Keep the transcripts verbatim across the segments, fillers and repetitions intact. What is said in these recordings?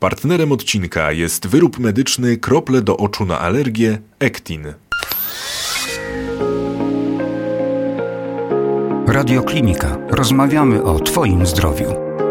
Partnerem odcinka jest wyrób medyczny krople do oczu na alergię Ektin. Radioklinika. Rozmawiamy o Twoim zdrowiu.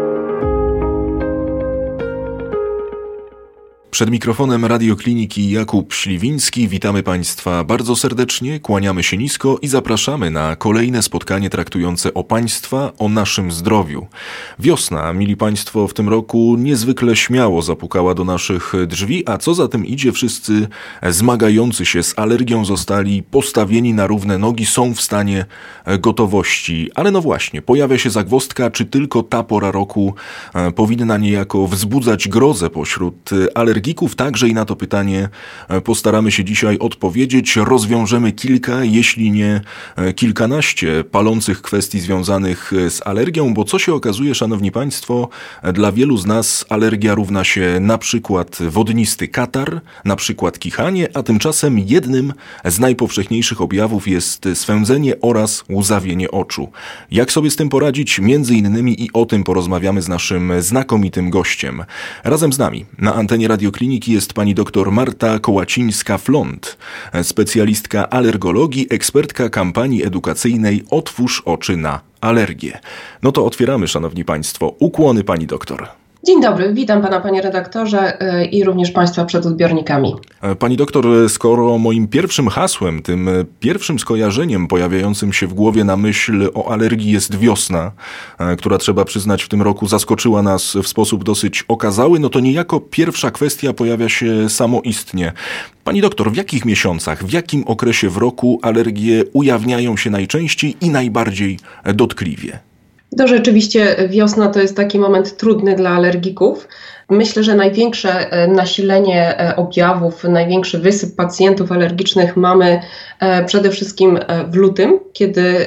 Przed mikrofonem Radiokliniki Jakub Śliwiński. Witamy Państwa bardzo serdecznie, kłaniamy się nisko i zapraszamy na kolejne spotkanie traktujące o Państwa, o naszym zdrowiu. Wiosna, mili Państwo, w tym roku niezwykle śmiało zapukała do naszych drzwi, a co za tym idzie, wszyscy zmagający się z alergią zostali postawieni na równe nogi, są w stanie gotowości. Ale no właśnie, pojawia się zagwozdka, czy tylko ta pora roku powinna niejako wzbudzać grozę pośród alergików. Także i na to pytanie postaramy się dzisiaj odpowiedzieć. Rozwiążemy kilka, jeśli nie kilkanaście palących kwestii związanych z alergią, bo co się okazuje, szanowni Państwo, dla wielu z nas alergia równa się na przykład wodnisty katar, na przykład kichanie, a tymczasem jednym z najpowszechniejszych objawów jest swędzenie oraz łzawienie oczu. Jak sobie z tym poradzić? Między innymi i o tym porozmawiamy z naszym znakomitym gościem. Razem z nami na antenie Radio Kliniki jest pani dr Marta Kołacińska-Fląd, specjalistka alergologii, ekspertka kampanii edukacyjnej Otwórz oczy na alergię. No to otwieramy, szanowni państwo. Ukłony pani doktor. Dzień dobry, witam pana, panie redaktorze, i również państwa przed odbiornikami. Pani doktor, skoro moim pierwszym hasłem, tym pierwszym skojarzeniem pojawiającym się w głowie na myśl o alergii jest wiosna, która trzeba przyznać w tym roku zaskoczyła nas w sposób dosyć okazały, no to niejako pierwsza kwestia pojawia się samoistnie. Pani doktor, w jakich miesiącach, w jakim okresie w roku alergie ujawniają się najczęściej i najbardziej dotkliwie? To rzeczywiście wiosna to jest taki moment trudny dla alergików. Myślę, że największe nasilenie objawów, największy wysyp pacjentów alergicznych mamy przede wszystkim w lutym, kiedy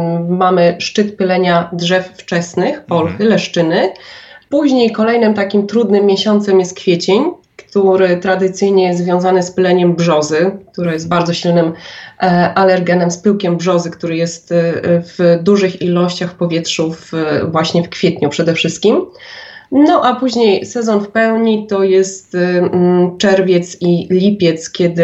mamy szczyt pylenia drzew wczesnych, olchy, leszczyny. Później kolejnym takim trudnym miesiącem jest kwiecień, który tradycyjnie jest związany z pyleniem brzozy, który jest bardzo silnym alergenem, z pyłkiem brzozy, który jest w dużych ilościach w powietrzu w, właśnie w kwietniu przede wszystkim. No a później sezon w pełni to jest czerwiec i lipiec, kiedy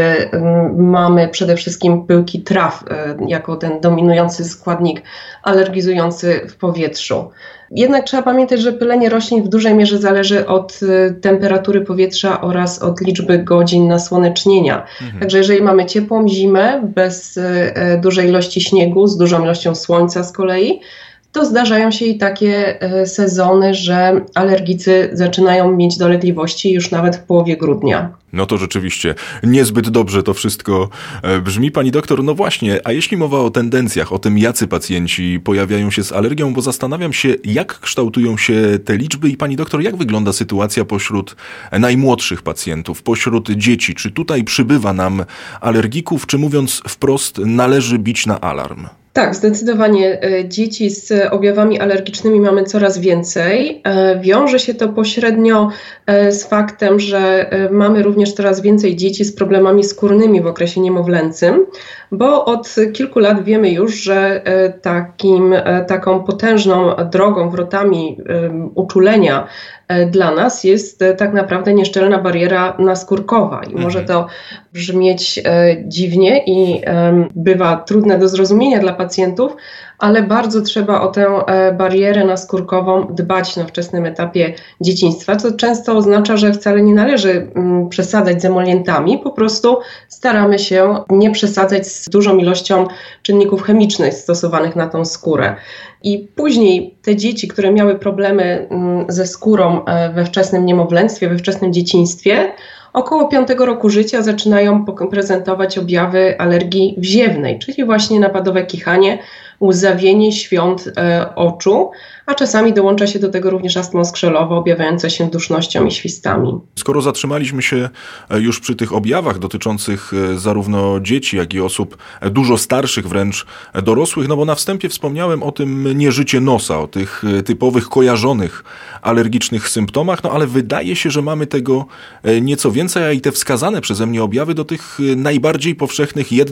mamy przede wszystkim pyłki traw jako ten dominujący składnik alergizujący w powietrzu. Jednak trzeba pamiętać, że pylenie roślin w dużej mierze zależy od temperatury powietrza oraz od liczby godzin nasłonecznienia. Mhm. Także jeżeli mamy ciepłą zimę bez dużej ilości śniegu, z dużą ilością słońca z kolei, to zdarzają się i takie sezony, że alergicy zaczynają mieć dolegliwości już nawet w połowie grudnia. No to rzeczywiście niezbyt dobrze to wszystko brzmi. Pani doktor, no właśnie, a jeśli mowa o tendencjach, o tym, jacy pacjenci pojawiają się z alergią, bo zastanawiam się, jak kształtują się te liczby i pani doktor, jak wygląda sytuacja pośród najmłodszych pacjentów, pośród dzieci? Czy tutaj przybywa nam alergików, czy mówiąc wprost, należy bić na alarm? Tak, zdecydowanie dzieci z objawami alergicznymi mamy coraz więcej. Wiąże się to pośrednio z faktem, że mamy również coraz więcej dzieci z problemami skórnymi w okresie niemowlęcym, bo od kilku lat wiemy już, że takim, taką potężną drogą, wrotami uczulenia dla nas jest tak naprawdę nieszczelna bariera naskórkowa. I może to brzmieć e, dziwnie i e, bywa trudne do zrozumienia dla pacjentów, ale bardzo trzeba o tę e, barierę naskórkową dbać na wczesnym etapie dzieciństwa, co często oznacza, że wcale nie należy m, przesadzać z emolientami, po prostu staramy się nie przesadzać z dużą ilością czynników chemicznych stosowanych na tą skórę. I później te dzieci, które miały problemy m, ze skórą e, we wczesnym niemowlęctwie, we wczesnym dzieciństwie, około piątego roku życia zaczynają prezentować objawy alergii wziewnej, czyli właśnie napadowe kichanie, łzawienie świąt e, oczu, a czasami dołącza się do tego również astma skrzelowa objawiająca się dusznością i świstami. Skoro zatrzymaliśmy się już przy tych objawach dotyczących zarówno dzieci, jak i osób dużo starszych, wręcz dorosłych, no bo na wstępie wspomniałem o tym nieżycie nosa, o tych typowych kojarzonych alergicznych symptomach, no ale wydaje się, że mamy tego nieco więcej, a i te wskazane przeze mnie objawy do tych najbardziej powszechnych jednak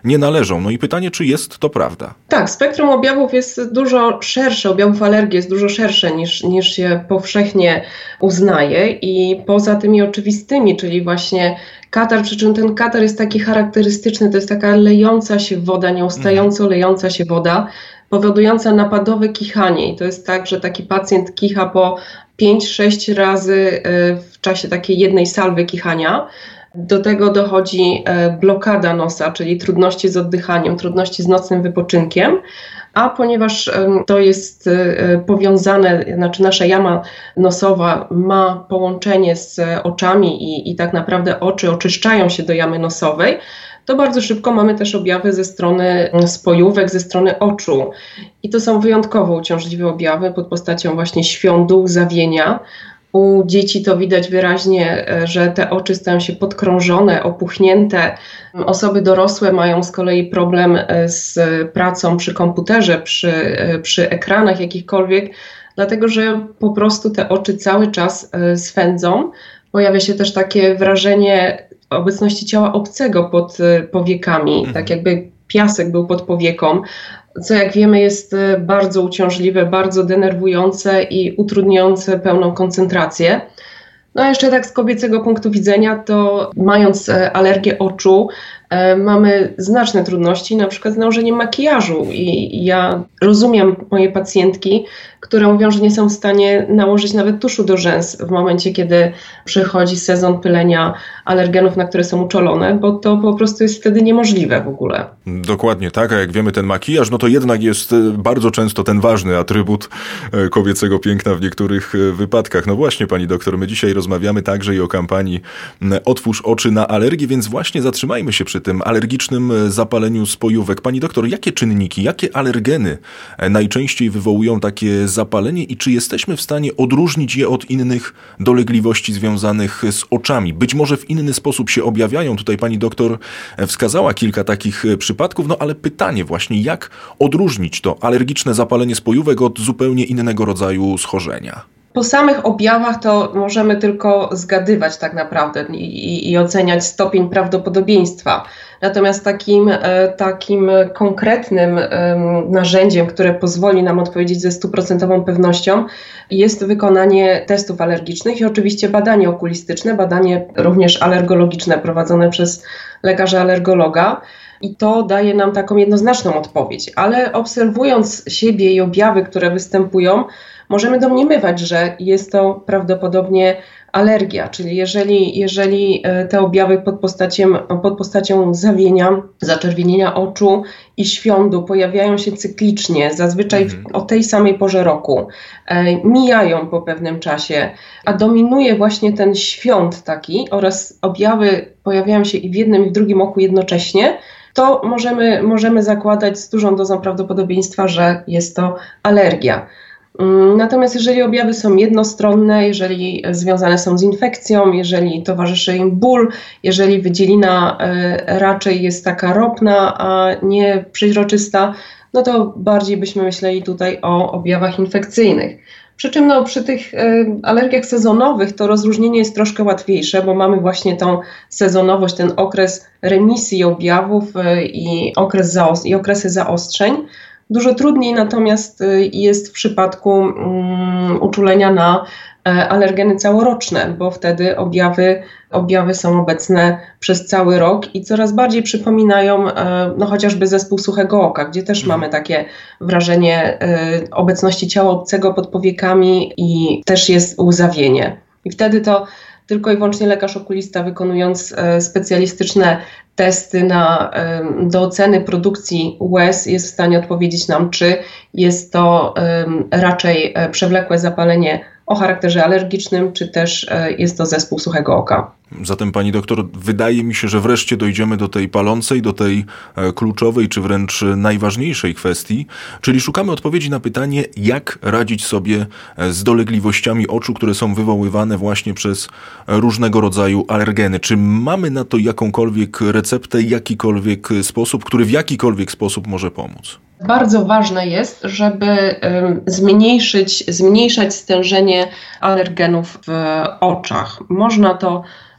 nie należą. No i pytanie, czy jest to prawda? Tak, spektrum objawów jest dużo szersze, objawów alergii jest dużo szersze niż, niż się powszechnie uznaje i poza tymi oczywistymi, czyli właśnie katar, przy czym ten katar jest taki charakterystyczny, to jest taka lejąca się woda, nieustająco lejąca się woda, powodująca napadowe kichanie i to jest tak, że taki pacjent kicha po pięć sześć razy w czasie takiej jednej salwy kichania. Do tego dochodzi blokada nosa, czyli trudności z oddychaniem, trudności z nocnym wypoczynkiem, a ponieważ to jest powiązane, znaczy nasza jama nosowa ma połączenie z oczami i, i tak naprawdę oczy oczyszczają się do jamy nosowej, to bardzo szybko mamy też objawy ze strony spojówek, ze strony oczu. I to są wyjątkowo uciążliwe objawy pod postacią właśnie świądu, zawienia. U dzieci to widać wyraźnie, że te oczy stają się podkrążone, opuchnięte. Osoby dorosłe mają z kolei problem z pracą przy komputerze, przy, przy ekranach jakichkolwiek, dlatego że po prostu te oczy cały czas swędzą. Pojawia się też takie wrażenie obecności ciała obcego pod powiekami, mhm. tak jakby piasek był pod powieką, co jak wiemy jest bardzo uciążliwe, bardzo denerwujące i utrudniające pełną koncentrację. No a jeszcze tak z kobiecego punktu widzenia, to mając alergię oczu, e, mamy znaczne trudności na przykład z nałożeniem makijażu i, i ja rozumiem moje pacjentki, które mówią, że nie są w stanie nałożyć nawet tuszu do rzęs w momencie, kiedy przychodzi sezon pylenia alergenów, na które są uczulone, bo to po prostu jest wtedy niemożliwe w ogóle. Dokładnie tak, a jak wiemy ten makijaż, no to jednak jest bardzo często ten ważny atrybut kobiecego piękna w niektórych wypadkach. No właśnie, pani doktor, my dzisiaj rozmawiamy także i o kampanii Otwórz oczy na alergię, więc właśnie zatrzymajmy się przy tym alergicznym zapaleniu spojówek. Pani doktor, jakie czynniki, jakie alergeny najczęściej wywołują takie zapalenie i czy jesteśmy w stanie odróżnić je od innych dolegliwości związanych z oczami? Być może w inny sposób się objawiają. Tutaj pani doktor wskazała kilka takich przypadków, no ale pytanie właśnie, jak odróżnić to alergiczne zapalenie spojówek od zupełnie innego rodzaju schorzenia? Po samych objawach to możemy tylko zgadywać tak naprawdę i, i, i oceniać stopień prawdopodobieństwa. Natomiast takim, takim konkretnym narzędziem, które pozwoli nam odpowiedzieć ze stuprocentową pewnością, jest wykonanie testów alergicznych i oczywiście badanie okulistyczne, badanie również alergologiczne prowadzone przez lekarza alergologa. I to daje nam taką jednoznaczną odpowiedź, ale obserwując siebie i objawy, które występują, możemy domniemywać, że jest to prawdopodobnie alergia, czyli jeżeli, jeżeli te objawy pod postacią, pod postacią zawienia, zaczerwienienia oczu i świądu pojawiają się cyklicznie, zazwyczaj mhm. o tej samej porze roku, e, mijają po pewnym czasie, a dominuje właśnie ten świąd taki oraz objawy pojawiają się i w jednym i w drugim oku jednocześnie, to możemy, możemy zakładać z dużą dozą prawdopodobieństwa, że jest to alergia. Natomiast jeżeli objawy są jednostronne, jeżeli związane są z infekcją, jeżeli towarzyszy im ból, jeżeli wydzielina raczej jest taka ropna, a nie przeźroczysta, no to bardziej byśmy myśleli tutaj o objawach infekcyjnych. Przy czym no, przy tych y, alergiach sezonowych to rozróżnienie jest troszkę łatwiejsze, bo mamy właśnie tą sezonowość, ten okres remisji objawów y, i, okres zaos- i okresy zaostrzeń. Dużo trudniej natomiast y, jest w przypadku y, uczulenia na y, alergeny całoroczne, bo wtedy objawy, objawy są obecne przez cały rok i coraz bardziej przypominają y, no, chociażby zespół suchego oka, gdzie też mamy takie wrażenie y, obecności ciała obcego pod powiekami i też jest łzawienie. I wtedy to tylko i wyłącznie lekarz okulista, wykonując e, specjalistyczne testy na, e, do oceny produkcji łez, jest w stanie odpowiedzieć nam, czy jest to e, raczej e, przewlekłe zapalenie o charakterze alergicznym, czy też e, jest to zespół suchego oka. Zatem pani doktor, wydaje mi się, że wreszcie dojdziemy do tej palącej, do tej e, kluczowej, czy wręcz najważniejszej kwestii, czyli szukamy odpowiedzi na pytanie, jak radzić sobie z dolegliwościami oczu, które są wywoływane właśnie przez różnego rodzaju alergeny. Czy mamy na to jakąkolwiek receptę, jakikolwiek sposób, który w jakikolwiek sposób może pomóc? Bardzo ważne jest, żeby um, zmniejszyć, zmniejszać stężenie alergenów w oczach. Można to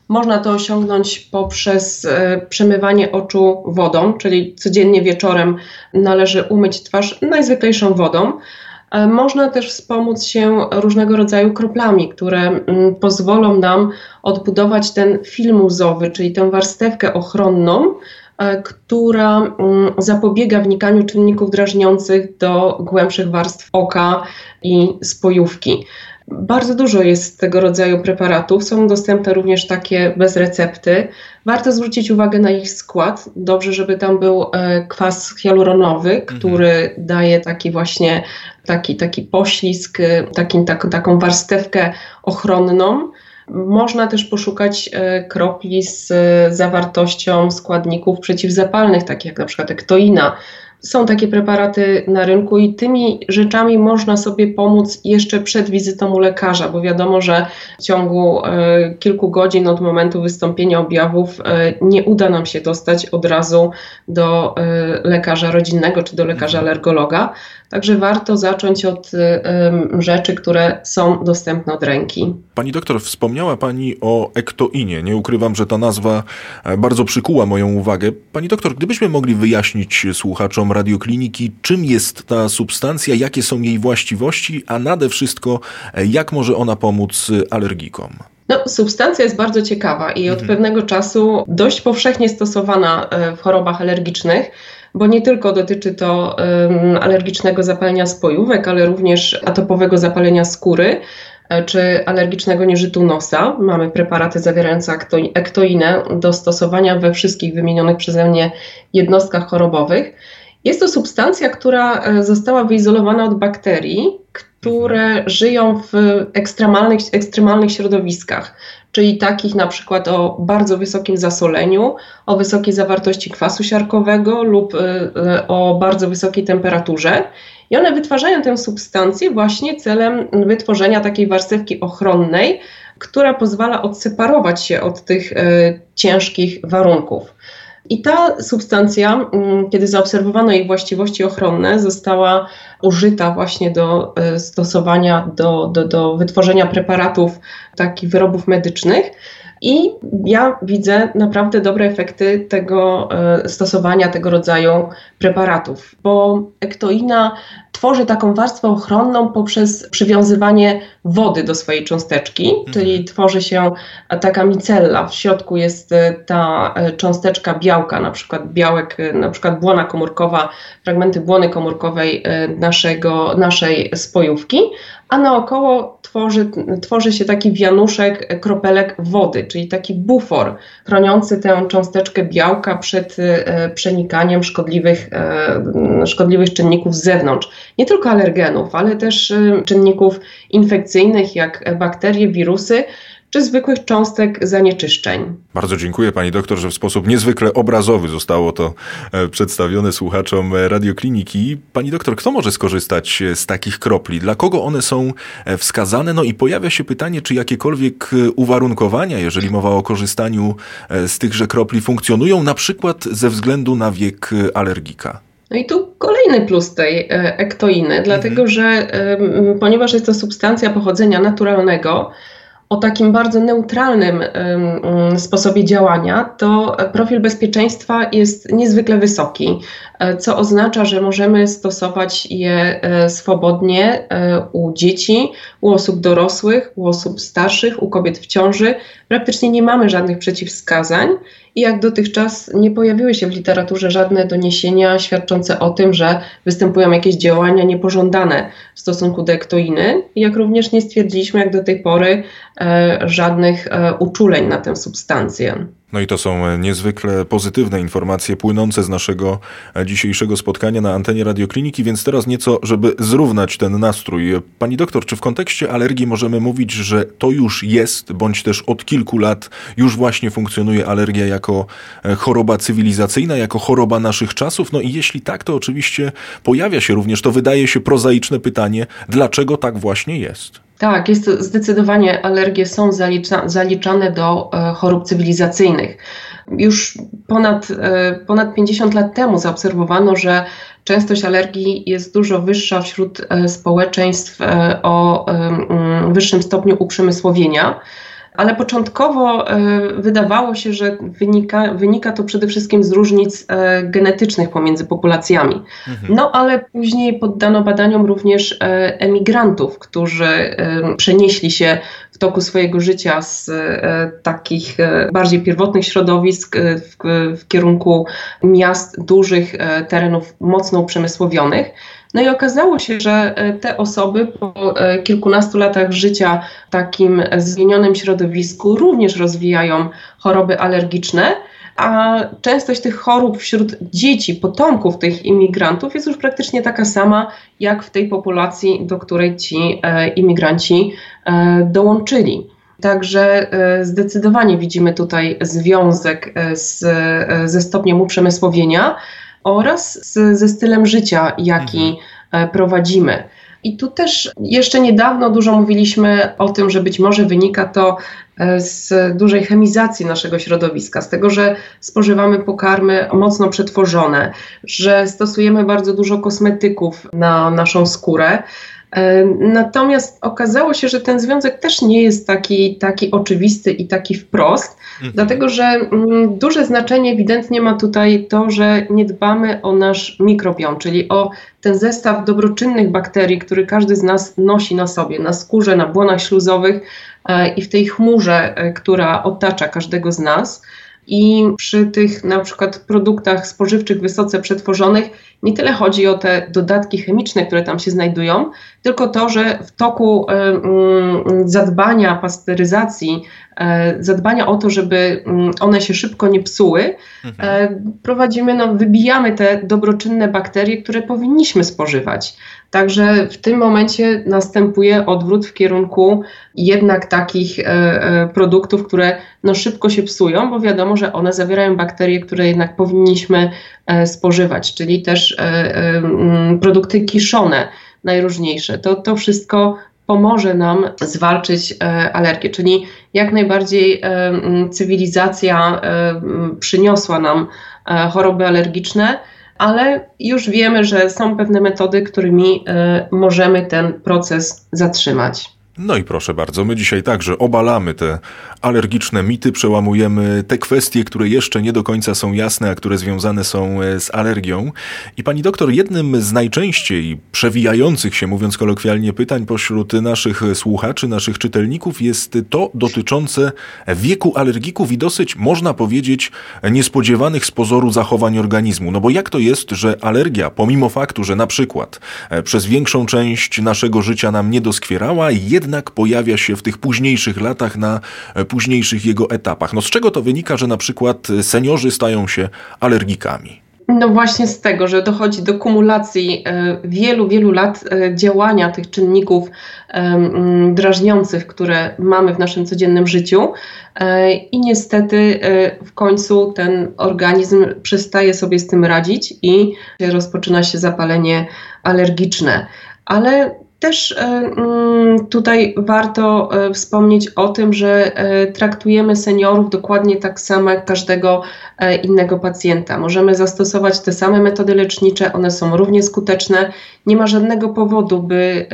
Można to osiągnąć poprzez przemywanie oczu wodą, czyli codziennie wieczorem należy umyć twarz najzwyklejszą wodą. Można też wspomóc się różnego rodzaju kroplami, które pozwolą nam odbudować ten film łzowy, czyli tę warstewkę ochronną, która zapobiega wnikaniu czynników drażniących do głębszych warstw oka i spojówki. Bardzo dużo jest tego rodzaju preparatów, są dostępne również takie bez recepty. Warto zwrócić uwagę na ich skład. Dobrze, żeby tam był kwas hialuronowy, który mhm. daje taki właśnie taki, taki poślizg, taki, tak, taką warstewkę ochronną. Można też poszukać kropli z zawartością składników przeciwzapalnych, takich jak na przykład ektoina. Są takie preparaty na rynku i tymi rzeczami można sobie pomóc jeszcze przed wizytą u lekarza, bo wiadomo, że w ciągu e, kilku godzin od momentu wystąpienia objawów e, nie uda nam się dostać od razu do e, lekarza rodzinnego czy do lekarza alergologa. Także warto zacząć od y, y, rzeczy, które są dostępne od ręki. Pani doktor, wspomniała Pani o ektoinie. Nie ukrywam, że ta nazwa bardzo przykuła moją uwagę. Pani doktor, gdybyśmy mogli wyjaśnić słuchaczom Radiokliniki, czym jest ta substancja, jakie są jej właściwości, a nade wszystko, jak może ona pomóc alergikom? No, substancja jest bardzo ciekawa i od mhm. pewnego czasu dość powszechnie stosowana w chorobach alergicznych, bo nie tylko dotyczy to um, alergicznego zapalenia spojówek, ale również atopowego zapalenia skóry czy alergicznego nieżytu nosa. Mamy preparaty zawierające ektoinę do stosowania we wszystkich wymienionych przeze mnie jednostkach chorobowych. Jest to substancja, która została wyizolowana od bakterii, które żyją w ekstremalnych, ekstremalnych środowiskach, czyli takich na przykład o bardzo wysokim zasoleniu, o wysokiej zawartości kwasu siarkowego lub y, y, o bardzo wysokiej temperaturze. I one wytwarzają tę substancję właśnie celem wytworzenia takiej warstewki ochronnej, która pozwala odseparować się od tych y, ciężkich warunków. I ta substancja, kiedy zaobserwowano jej właściwości ochronne, została użyta właśnie do stosowania, do, do, do wytworzenia preparatów, takich wyrobów medycznych. I ja widzę naprawdę dobre efekty tego stosowania tego rodzaju preparatów, bo ektoina tworzy taką warstwę ochronną poprzez przywiązywanie wody do swojej cząsteczki, mhm. czyli tworzy się taka micella. W środku jest ta cząsteczka białka, na przykład białek, na przykład błona komórkowa, fragmenty błony komórkowej naszego, naszej spojówki, a naokoło tworzy, tworzy się taki wianuszek kropelek wody, czyli taki bufor chroniący tę cząsteczkę białka przed przenikaniem szkodliwych, szkodliwych czynników z zewnątrz. Nie tylko alergenów, ale też czynników infekcyjnych jak bakterie, wirusy, czy zwykłych cząstek zanieczyszczeń. Bardzo dziękuję Pani doktor, że w sposób niezwykle obrazowy zostało to przedstawione słuchaczom Radiokliniki. Pani doktor, kto może skorzystać z takich kropli? Dla kogo one są wskazane? No i pojawia się pytanie, czy jakiekolwiek uwarunkowania, jeżeli mowa o korzystaniu z tychże kropli, funkcjonują na przykład ze względu na wiek alergika? No i tu kolejny plus tej ektoiny, mhm. dlatego że y, ponieważ jest to substancja pochodzenia naturalnego, o takim bardzo neutralnym um, sposobie działania, to profil bezpieczeństwa jest niezwykle wysoki, co oznacza, że możemy stosować je swobodnie u dzieci, u osób dorosłych, u osób starszych, u kobiet w ciąży. Praktycznie nie mamy żadnych przeciwwskazań i jak dotychczas nie pojawiły się w literaturze żadne doniesienia świadczące o tym, że występują jakieś działania niepożądane w stosunku do ektoiny, jak również nie stwierdziliśmy jak do tej pory e, żadnych e, uczuleń na tę substancję. No i to są niezwykle pozytywne informacje płynące z naszego dzisiejszego spotkania na antenie Radiokliniki, więc teraz nieco, żeby zrównać ten nastrój. Pani doktor, czy w kontekście alergii możemy mówić, że to już jest, bądź też od kilku lat już właśnie funkcjonuje alergia jako choroba cywilizacyjna, jako choroba naszych czasów? No i jeśli tak, to oczywiście pojawia się również to wydaje się prozaiczne pytanie, dlaczego tak właśnie jest? Tak, jest to zdecydowanie alergie są zalicza, zaliczane do e, chorób cywilizacyjnych. Już ponad, e, ponad pięćdziesiąt lat temu zaobserwowano, że częstość alergii jest dużo wyższa wśród e, społeczeństw e, o e, wyższym stopniu uprzemysłowienia. ale początkowo wydawało się, że wynika, wynika to przede wszystkim z różnic genetycznych pomiędzy populacjami. Mhm. No ale później poddano badaniom również emigrantów, którzy przenieśli się w toku swojego życia z takich bardziej pierwotnych środowisk w, w kierunku miast, dużych terenów mocno uprzemysłowionych. No i okazało się, że te osoby po kilkunastu latach życia w takim zmienionym środowisku również rozwijają choroby alergiczne, a częstość tych chorób wśród dzieci, potomków tych imigrantów jest już praktycznie taka sama, jak w tej populacji, do której ci imigranci dołączyli. Także zdecydowanie widzimy tutaj związek z, ze stopniem uprzemysłowienia oraz z, ze stylem życia, jaki mhm. prowadzimy. I tu też jeszcze niedawno dużo mówiliśmy o tym, że być może wynika to z dużej chemizacji naszego środowiska, z tego, że spożywamy pokarmy mocno przetworzone, że stosujemy bardzo dużo kosmetyków na naszą skórę. Natomiast okazało się, że ten związek też nie jest taki, taki oczywisty i taki wprost, mhm. dlatego że mm, duże znaczenie ewidentnie ma tutaj to, że nie dbamy o nasz mikrobiom, czyli o ten zestaw dobroczynnych bakterii, który każdy z nas nosi na sobie, na skórze, na błonach śluzowych e, i w tej chmurze, e, która otacza każdego z nas. I przy tych na przykład produktach spożywczych wysoce przetworzonych nie tyle chodzi o te dodatki chemiczne, które tam się znajdują, tylko to, że w toku y, zadbania, pasteryzacji, y, zadbania o to, żeby y, one się szybko nie psuły, mhm. y, prowadzimy, no, wybijamy te dobroczynne bakterie, które powinniśmy spożywać. Także w tym momencie następuje odwrót w kierunku jednak takich e, e, produktów, które no, szybko się psują, bo wiadomo, że one zawierają bakterie, które jednak powinniśmy e, spożywać, czyli też e, e, produkty kiszone, najróżniejsze. To, to wszystko pomoże nam zwalczyć e, alergię, czyli jak najbardziej e, cywilizacja e, przyniosła nam e, choroby alergiczne, ale już wiemy, że są pewne metody, którymi y, możemy ten proces zatrzymać. No i proszę bardzo, my dzisiaj także obalamy te alergiczne mity, przełamujemy te kwestie, które jeszcze nie do końca są jasne, a które związane są z alergią. I pani doktor, jednym z najczęściej przewijających się, mówiąc kolokwialnie, pytań pośród naszych słuchaczy, naszych czytelników jest to dotyczące wieku alergików i dosyć, można powiedzieć, niespodziewanych z pozoru zachowań organizmu. No bo jak to jest, że alergia, pomimo faktu, że na przykład przez większą część naszego życia nam nie doskwierała, jednak pojawia się w tych późniejszych latach, na późniejszych jego etapach. No z czego to wynika, że na przykład seniorzy stają się alergikami? No właśnie z tego, że dochodzi do kumulacji wielu, wielu lat działania tych czynników drażniących, które mamy w naszym codziennym życiu i niestety w końcu ten organizm przestaje sobie z tym radzić i rozpoczyna się zapalenie alergiczne. Ale też tutaj warto wspomnieć o tym, że traktujemy seniorów dokładnie tak samo jak każdego innego pacjenta. Możemy zastosować te same metody lecznicze, one są równie skuteczne. Nie ma żadnego powodu, by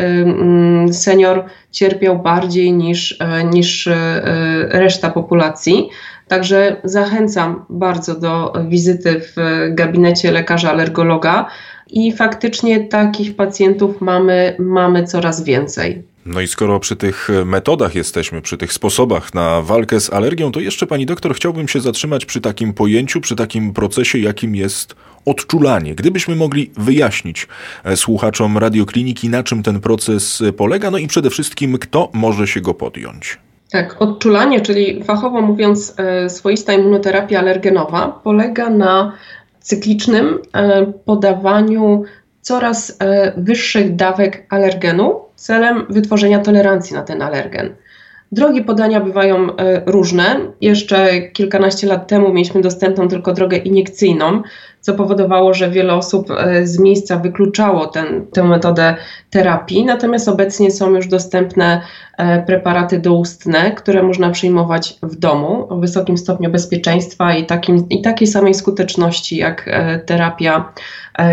senior cierpiał bardziej niż, niż reszta populacji. Także zachęcam bardzo do wizyty w gabinecie lekarza alergologa. I faktycznie takich pacjentów mamy, mamy coraz więcej. No i skoro przy tych metodach jesteśmy, przy tych sposobach na walkę z alergią, to jeszcze pani doktor chciałbym się zatrzymać przy takim pojęciu, przy takim procesie, jakim jest odczulanie. Gdybyśmy mogli wyjaśnić słuchaczom Radiokliniki, na czym ten proces polega, no i przede wszystkim kto może się go podjąć. Tak, odczulanie, czyli fachowo mówiąc swoista immunoterapia alergenowa, polega na cyklicznym podawaniu coraz wyższych dawek alergenu celem wytworzenia tolerancji na ten alergen. Drogi podania bywają różne. Jeszcze kilkanaście lat temu mieliśmy dostępną tylko drogę iniekcyjną, co powodowało, że wiele osób z miejsca wykluczało ten, tę metodę terapii. Natomiast obecnie są już dostępne preparaty doustne, które można przyjmować w domu o wysokim stopniu bezpieczeństwa i, takim, i takiej samej skuteczności jak terapia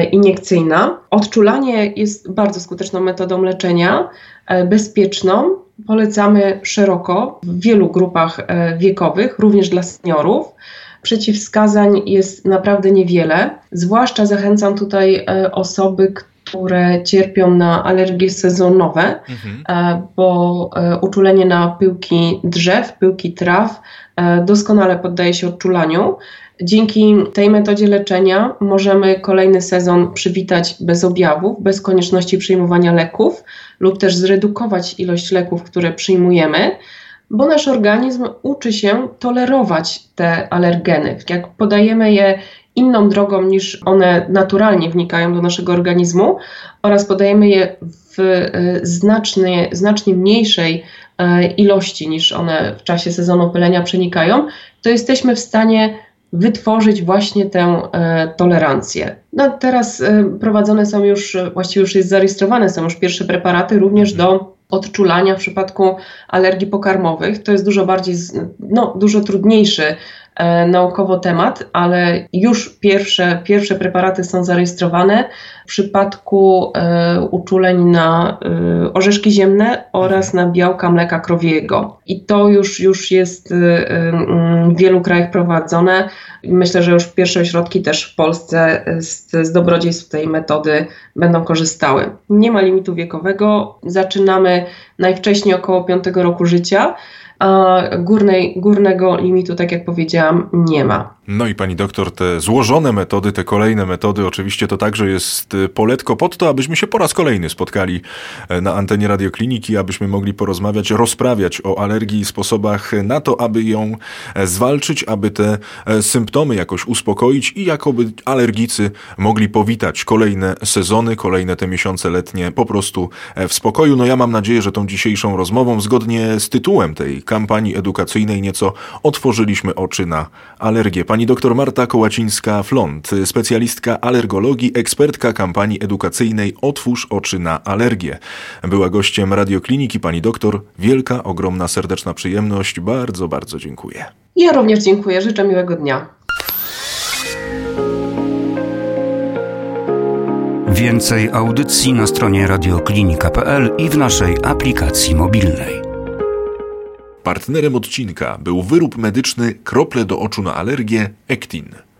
iniekcyjna. Odczulanie jest bardzo skuteczną metodą leczenia, bezpieczną polecamy szeroko w wielu grupach wiekowych, również dla seniorów. Przeciwwskazań jest naprawdę niewiele. Zwłaszcza zachęcam tutaj osoby, które cierpią na alergie sezonowe, mhm. bo uczulenie na pyłki drzew, pyłki traw doskonale poddaje się odczulaniu. Dzięki tej metodzie leczenia możemy kolejny sezon przywitać bez objawów, bez konieczności przyjmowania leków lub też zredukować ilość leków, które przyjmujemy, bo nasz organizm uczy się tolerować te alergeny. Jak podajemy je inną drogą niż one naturalnie wnikają do naszego organizmu oraz podajemy je w znacznie, znacznie mniejszej ilości niż one w czasie sezonu pylenia przenikają, to jesteśmy w stanie wytworzyć właśnie tę e, tolerancję. No, teraz e, prowadzone są już, właściwie już jest zarejestrowane, są już pierwsze preparaty również do odczulania w przypadku alergii pokarmowych. To jest dużo bardziej, no, dużo trudniejszy e, naukowo temat, ale już pierwsze, pierwsze preparaty są zarejestrowane w przypadku e, uczuleń na e, orzeszki ziemne oraz na białka mleka krowiego. I to już, już jest e, e, w wielu krajach prowadzone. Myślę, że już pierwsze ośrodki też w Polsce z, z dobrodziejstw tej metody będą korzystały. Nie ma limitu wiekowego. Zaczynamy najwcześniej około piątego roku życia, a górnej, górnego limitu, tak jak powiedziałam, nie ma. No i pani doktor, te złożone metody, te kolejne metody, oczywiście to także jest poletko pod to, abyśmy się po raz kolejny spotkali na antenie Radiokliniki, abyśmy mogli porozmawiać, rozprawiać o alergii i sposobach na to, aby ją zwalczyć, aby te symptomy jakoś uspokoić i jakoby alergicy mogli powitać kolejne sezony, kolejne te miesiące letnie po prostu w spokoju. No ja mam nadzieję, że tą dzisiejszą rozmową, zgodnie z tytułem tej kampanii edukacyjnej, nieco otworzyliśmy oczy na alergię. Pani doktor Marta Kołacińska-Flont, specjalistka alergologii, ekspertka kampanii edukacyjnej Otwórz oczy na alergię. Była gościem Radiokliniki. Pani doktor, wielka, ogromna, serdeczna przyjemność. Bardzo, bardzo dziękuję. Ja również dziękuję. Życzę miłego dnia. Więcej audycji na stronie radioklinika kropka p l i w naszej aplikacji mobilnej. Partnerem odcinka był wyrób medyczny krople do oczu na alergię Ektin.